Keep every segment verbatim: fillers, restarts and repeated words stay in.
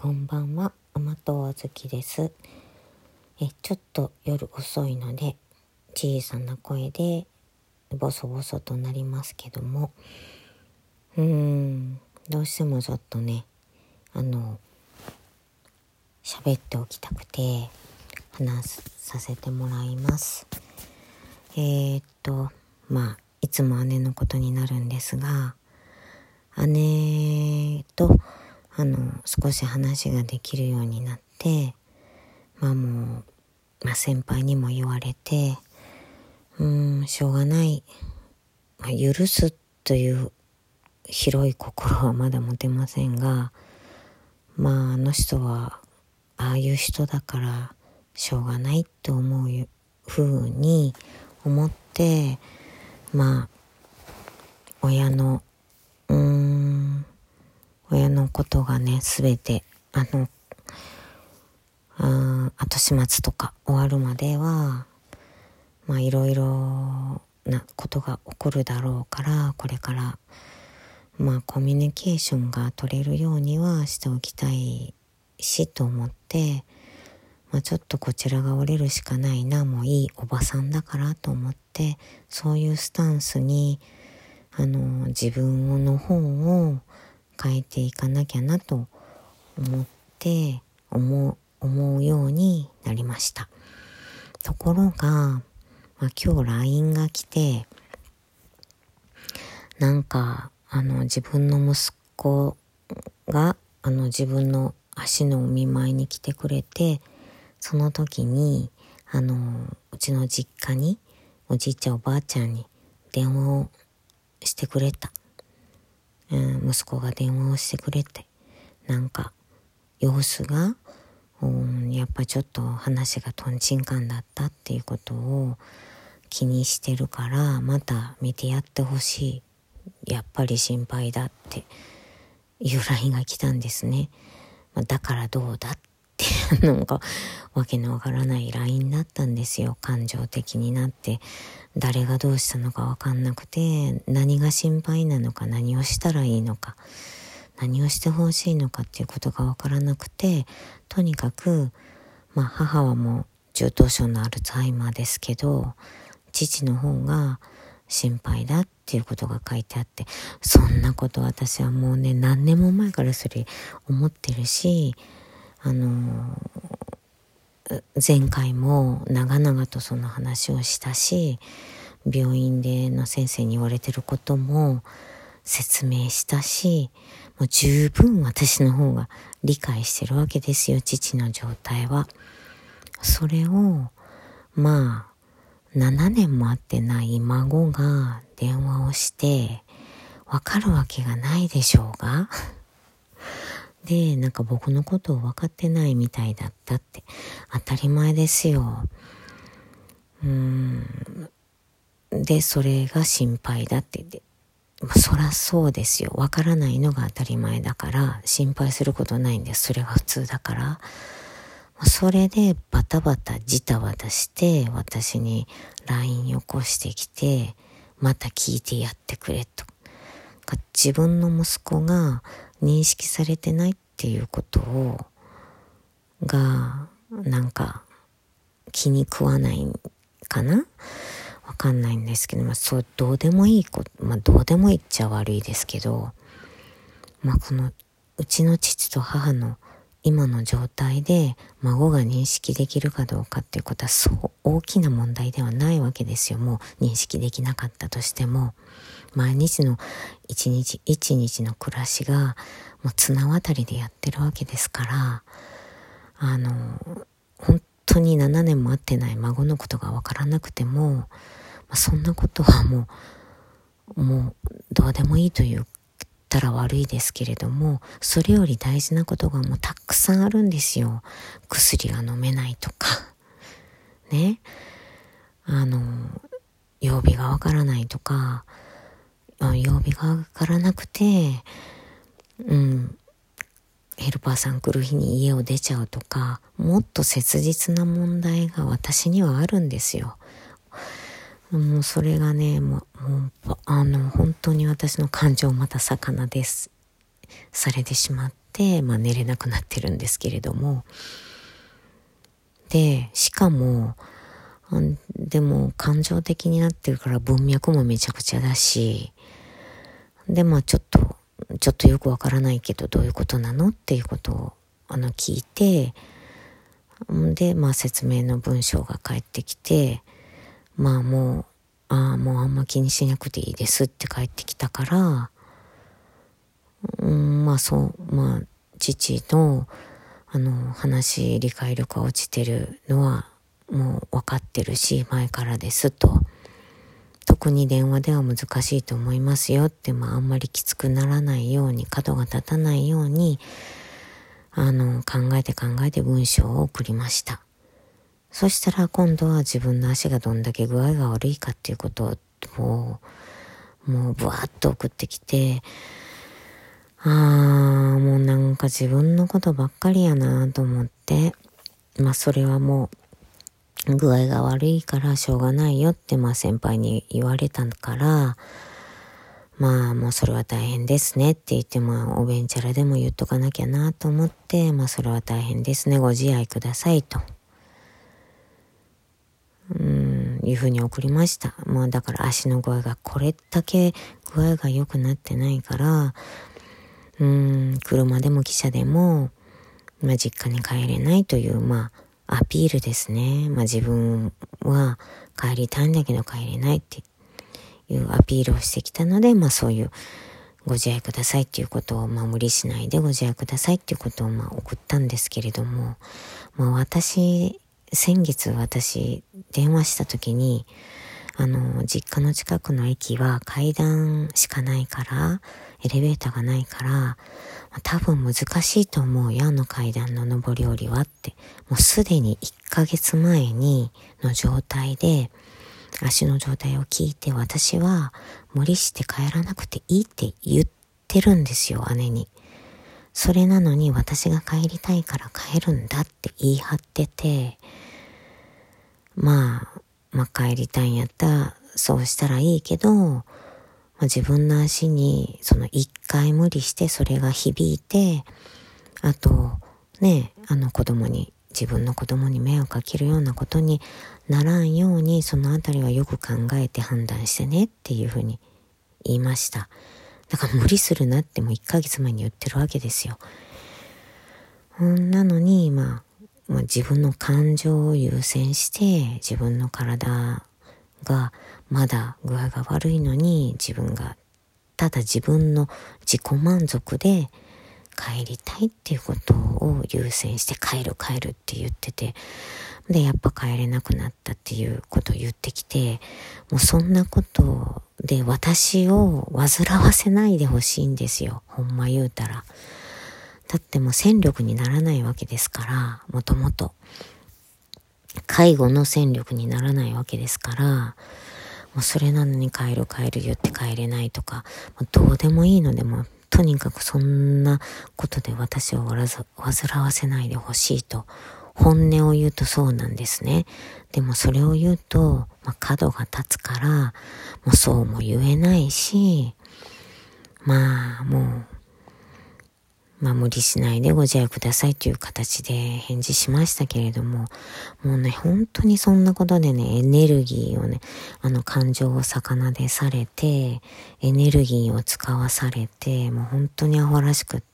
こんばんは、甘党あずきです。えちょっと夜遅いので小さな声でボソボソとなりますけども、うーんどうしてもちょっとねあの喋っておきたくて話させてもらいます。えー、っとまあいつも姉のことになるんですが、姉とあの少し話ができるようになって、まあもう、まあ、先輩にも言われて、うーんしょうがない、まあ、許すという広い心はまだ持てませんが、まああの人はああいう人だからしょうがないと思うふうに思って、まあ親のうーん親のことがねすべてあのあ後始末とか終わるまではまあいろいろなことが起こるだろうから、これからまあコミュニケーションが取れるようにはしておきたいしと思って、まあ、ちょっとこちらが折れるしかないな、もういいおばさんだからと思って、そういうスタンスにあの自分の方を変えていかなきゃなと思って思う、思うようになりました。ところが、まあ、今日 ライン が来て、なんかあの自分の息子があの自分の足のお見舞いに来てくれて、その時にあのうちの実家におじいちゃんおばあちゃんに電話をしてくれた、うん、息子が電話をしてくれて、なんか様子が、うん、やっぱちょっと話がとんちんかんだったっていうことを気にしてるから、また見てやってほしい、やっぱり心配だっていう ライン が来たんですね。まあ、だからどうだってなんかわけのわからない ライン だったんですよ。感情的になって誰がどうしたのかわかんなくて、何が心配なのか、何をしたらいいのか、何をしてほしいのかっていうことがわからなくて、とにかくまあ母はもう中等症のアルツハイマーですけど、父の方が心配だっていうことが書いてあって、そんなこと私はもうね何年も前からそれ思ってるし、あの前回も長々とその話をしたし、病院での先生に言われてることも説明したし、もう十分私の方が理解してるわけですよ、父の状態は。それをまあななねんも会ってない孫が電話をしてわかるわけがないでしょうがで、なんか僕のことを分かってないみたいだったって。当たり前ですよ。うーんでそれが心配だって言って、そらそうですよ、分からないのが当たり前だから心配することないんです、それが普通だから。それでバタバタジタバタして私に ライン よこしてきて、また聞いてやってくれと。自分の息子が認識されてないっていうことをがなんか気に食わないかな、わかんないんですけど、まあそうどうでもいいこと、まあどうでもいいっちゃ悪いですけど、まあこのうちの父と母の今の状態で孫が認識できるかどうかっていうことはそう大きな問題ではないわけですよ。もう認識できなかったとしても、毎日の一日一日の暮らしがもう綱渡りでやってるわけですから、あの本当にななねんも会ってない孫のことがわからなくても、まあ、そんなことはもうもうどうでもいいと言ったら悪いですけれども、それより大事なことがもうたくさんあるんですよ。薬が飲めないとかね、あの曜日がわからないとか、曜日がわからなくて、うん、ヘルパーさん来る日に家を出ちゃうとか、もっと切実な問題が私にはあるんですよ。もうそれがね、もう、もうあの本当に私の感情をまた魚ですされてしまって、まあ寝れなくなってるんですけれども。で、しかも、でも感情的になってるから文脈もめちゃくちゃだし、でまあちょっとちょっとよくわからないけどどういうことなのっていうことをあの聞いて、でまあ説明の文章が返ってきて、まあもうああもうあんま気にしなくていいですって返ってきたから、うん、まあそうまあ父のあの話理解力が落ちてるのはもう分かってるし前からですと、特に電話では難しいと思いますよって、まああんまりきつくならないように角が立たないようにあの考えて考えて文章を送りました。そしたら今度は自分の足がどんだけ具合が悪いかっていうことをもうもうブワーッと送ってきて、あーもうなんか自分のことばっかりやなと思って、まあそれはもう具合が悪いからしょうがないよってまあ先輩に言われたから、まあもうそれは大変ですねって言って、まあおべんちゃらでも言っとかなきゃなと思って、まあそれは大変ですねご自愛くださいとうんいうふうに送りました。まあだから足の具合がこれだけ具合が良くなってないから、うーん車でも汽車でも、まあ、実家に帰れないというまあアピールですね。まあ自分は帰りたいんだけど帰れないっていうアピールをしてきたので、まあそういうご自愛くださいっていうことを、まあ無理しないでご自愛くださいっていうことをまあ送ったんですけれども、まあ私先月私電話した時に、あの実家の近くの駅は階段しかないからエレベーターがないから、多分難しいと思うよあの階段の上り下りはって、もうすでにいっかげつまえにの状態で足の状態を聞いて、私は無理して帰らなくていいって言ってるんですよ姉に。それなのに私が帰りたいから帰るんだって言い張ってて、まあまあ帰りたいんやったらそうしたらいいけど、まあ、自分の足にその一回無理してそれが響いて、あとねあの子供に自分の子供に迷惑かけるようなことにならんように、そのあたりはよく考えて判断してねっていうふうに言いました。だから無理するなってもういっかげつまえに言ってるわけですよ。なのに、まあ、まあ自分の感情を優先して自分の体がまだ具合が悪いのに、自分がただ自分の自己満足で帰りたいっていうことを優先して帰る帰るって言ってて、でやっぱ帰れなくなったっていうことを言ってきて、もうそんなことで私を煩わせないでほしいんですよ、ほんま言うたら。だってもう戦力にならないわけですから、もともと介護の戦力にならないわけですから、もうそれなのに帰る帰る言って帰れないとか、もうどうでもいいので、もうとにかくそんなことで私を煩わせないでほしいと、本音を言うとそうなんですね。でもそれを言うと、まあ、角が立つから、もうそうも言えないし、まあもうまあ無理しないでご自愛くださいという形で返事しましたけれども、もうね本当にそんなことでねエネルギーをねあの感情を逆なでされて、エネルギーを使わされて、もう本当にアホらしくって、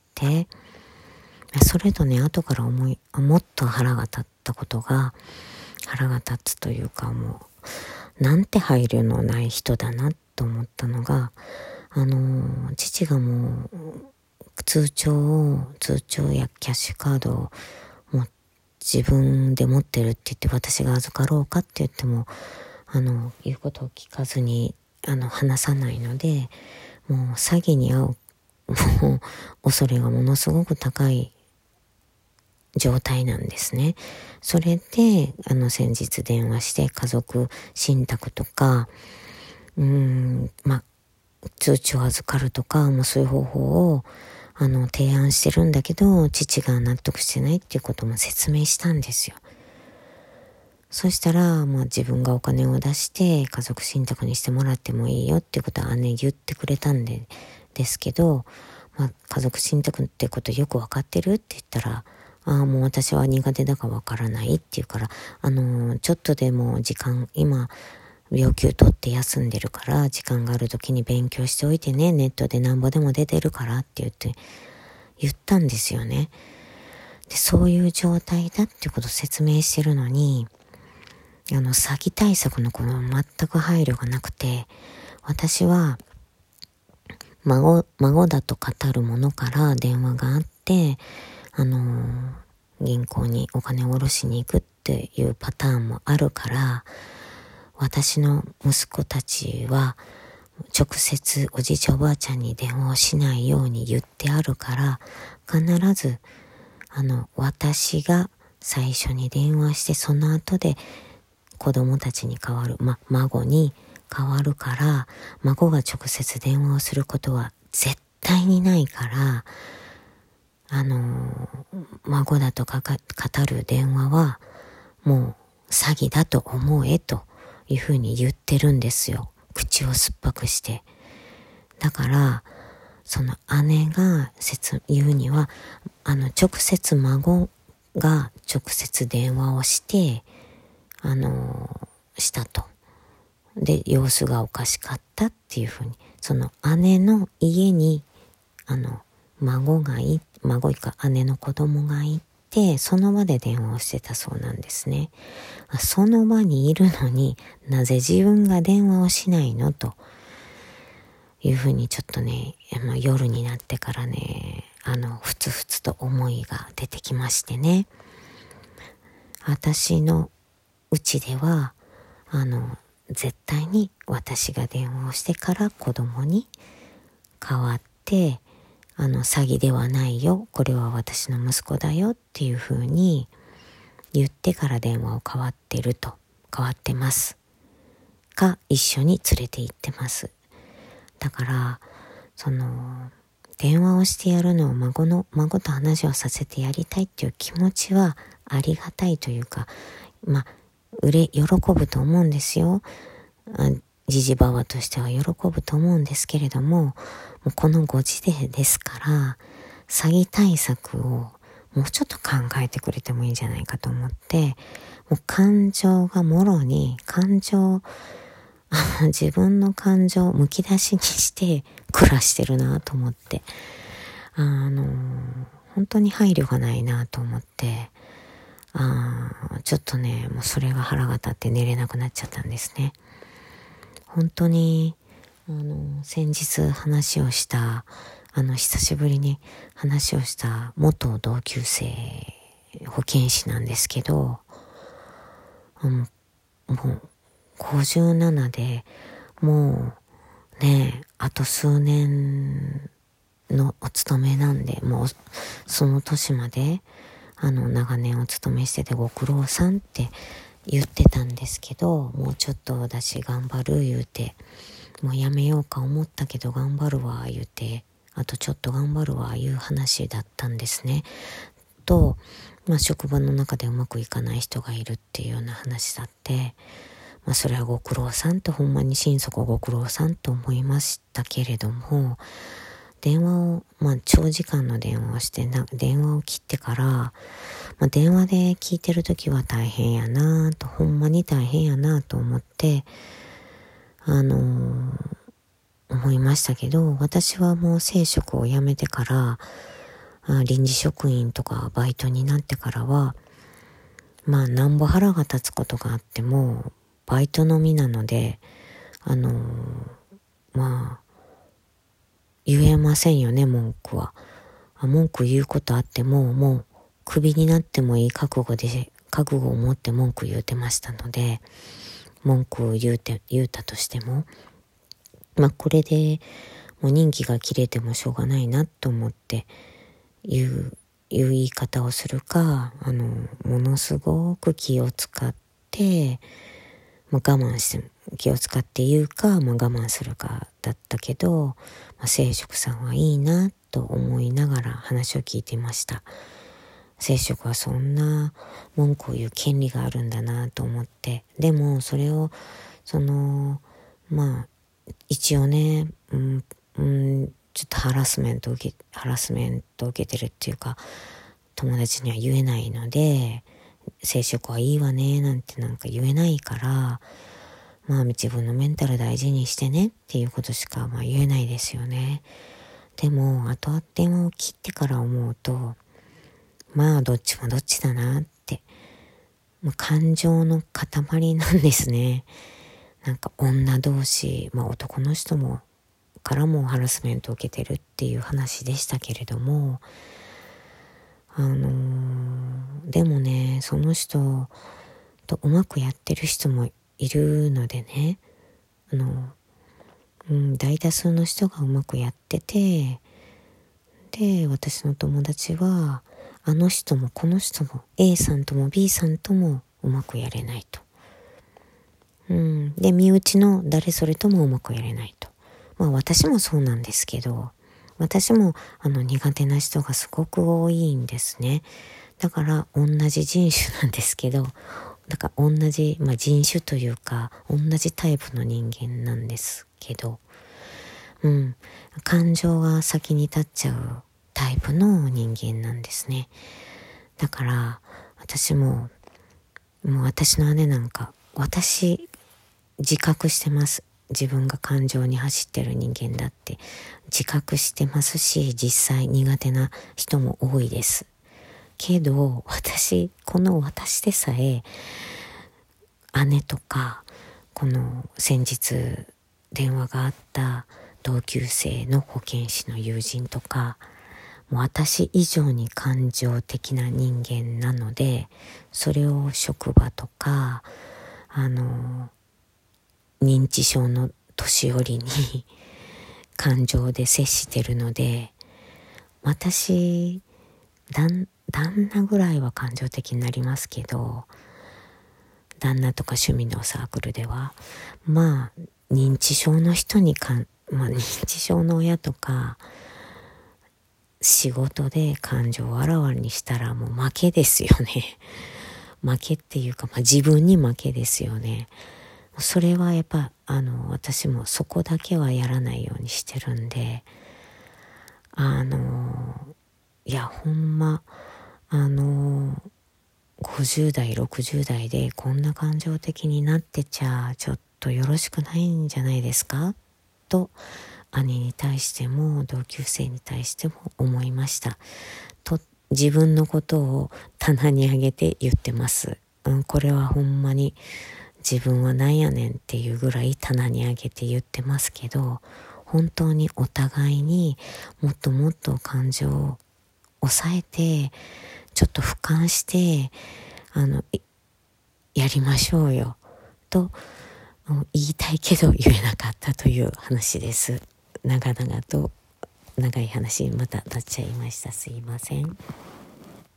それとね後から思いもっと腹が立ったことが、腹が立つというか、もうなんて配慮のない人だなと思ったのが、あの父がもう通帳を通帳やキャッシュカードをもう自分で持ってるって言って、私が預かろうかって言ってもあの言うことを聞かずにあの話さないので、もう詐欺に遭うもう恐れがものすごく高い状態なんですね。それであの先日電話して家族信託とかうーんまあ通帳を預かるとか、もうそういう方法をあの提案してるんだけど、父が納得してないっていうことも説明したんですよ。そしたら、まあ、自分がお金を出して家族信託にしてもらってもいいよっていうことは姉言ってくれたんでですけど、 まあ、家族親族ってことよくわかってるって言ったら、ああ、もう私は苦手だからわからないって言うから、あのー、ちょっとでも時間、今、病休取って休んでるから、時間がある時に勉強しておいてね、ネットでなんぼでも出てるからって言って、言ったんですよね。で、そういう状態だっていうことを説明してるのに、あの、詐欺対策のこの全く配慮がなくて、私は、孫、孫だと語るものから電話があって、あのー、銀行にお金を下ろしに行くっていうパターンもあるから、私の息子たちは直接おじいちゃんおばあちゃんに電話をしないように言ってあるから、必ずあの私が最初に電話して、その後で子供たちに代わる、ま、孫に変わるから、孫が直接電話をすることは絶対にないから、あの孫だとかか語る電話はもう詐欺だと思えというふうに言ってるんですよ。口を酸っぱくして。だからその姉が説言うには、あの直接孫が直接電話をしてあのしたと。で様子がおかしかったっていうふうに、その姉の家にあの孫がい孫か姉の子供がいて、その場で電話をしてたそうなんですね。その場にいるのになぜ自分が電話をしないのというふうに、ちょっとね、まあ、夜になってからね、あのふつふつと思いが出てきましてね。私のうちではあの絶対に私が電話をしてから子供に代わって、あの詐欺ではないよ、これは私の息子だよっていうふうに言ってから電話を代わってると、代わってますか、一緒に連れて行ってます。だからその電話をしてやるのを孫の孫と話をさせてやりたいっていう気持ちはありがたいというか、まあうれ喜ぶと思うんですよ。じじばばとしては喜ぶと思うんですけれども、もうこのご時世ですから詐欺対策をもうちょっと考えてくれてもいいんじゃないかと思って、もう感情がもろに感情自分の感情をむき出しにして暮らしてるなと思って、あの本当に配慮がないなと思って、あちょっとね、もうそれが腹が立って寝れなくなっちゃったんですね。本当にあの先日話をしたあの久しぶりに話をした元同級生保健師なんですけど、あのもうごじゅうななで、もうねあと数年のお勤めなんで、もうその年まであの長年お勤めしててご苦労さんって言ってたんですけど、もうちょっと私頑張る言うて、もうやめようか思ったけど頑張るわ言うて、あとちょっと頑張るわいう話だったんですね。と、まあ職場の中でうまくいかない人がいるっていうような話だって、まあそれはご苦労さんと、ほんまに心底ご苦労さんと思いましたけれども、電話を、まあ長時間の電話をしてな、電話を切ってから、まあ電話で聞いてるときは大変やなと、ほんまに大変やなと思って、あのー、思いましたけど、私はもう正職を辞めてから、あ臨時職員とかバイトになってからは、まあなんぼ腹が立つことがあっても、バイトのみなので、あのー、まあ、言えませんよね、文句は。文句言うことあっても、もうクビになってもいい覚悟で、覚悟を持って文句言うてましたので、文句を言うて、言うたとしても、まあこれでもう任期が切れてもしょうがないなと思って言う、いう言い方をするか、あの、ものすごく気を使って、まあ、我慢して気を使って言うか、まあ、我慢するかだったけど、まあ、聖職さんはいいなと思いながら話を聞いていました。聖職はそんな文句を言う権利があるんだなと思って、でもそれをそのまあ一応ね、うんうん、 ちょっとハラスメントを受け、ハラスメントを受けてるっていうか、友達には言えないので、生殖はいいわねなんてなんか言えないから、まあ自分のメンタル大事にしてねっていうことしかまあ言えないですよね。でも後々電話を切ってから思うと、まあどっちもどっちだなって、まあ、感情の塊なんですね。なんか女同士、まあ男の人もからもハラスメントを受けてるっていう話でしたけれども、あのー、でもね、その人とうまくやってる人もいるのでね、あの、うん、大多数の人がうまくやってて、で、私の友達は、あの人もこの人も A さんとも B さんともうまくやれないと。うん、で、身内の誰それともうまくやれないと。まあ私もそうなんですけど、私もあの苦手な人がすごく多いんですね。だから同じ人種なんですけど、だから同じ、まあ、人種というか同じタイプの人間なんですけど、うん、感情が先に立っちゃうタイプの人間なんですね。だから私ももう私の姉なんか、私自覚してます。自分が感情に走ってる人間だって自覚してますし、実際苦手な人も多いです。けど私、この私でさえ姉とか、この先日電話があった同級生の保健師の友人とか、もう私以上に感情的な人間なので、それを職場とかあの認知症の年寄りに感情で接してるので、私旦旦那ぐらいは感情的になりますけど、旦那とか趣味のサークルではまあ認知症の人にかん、まあ、認知症の親とか仕事で感情をあらわにしたらもう負けですよね。負けっていうか、まあ、自分に負けですよね。それはやっぱあの私もそこだけはやらないようにしてるんで、あのいやほんまあのごじゅう代ろくじゅう代でこんな感情的になってちゃちょっとよろしくないんじゃないですかと、姉に対しても同級生に対しても思いましたと。自分のことを棚に上げて言ってます、うん、これはほんまに自分はなんやねんっていうぐらい棚に上げて言ってますけど、本当にお互いにもっともっと感情を抑えて、ちょっと俯瞰してあのやりましょうよと言いたいけど言えなかったという話です。長々と長い話にまたなっちゃいました。すいません。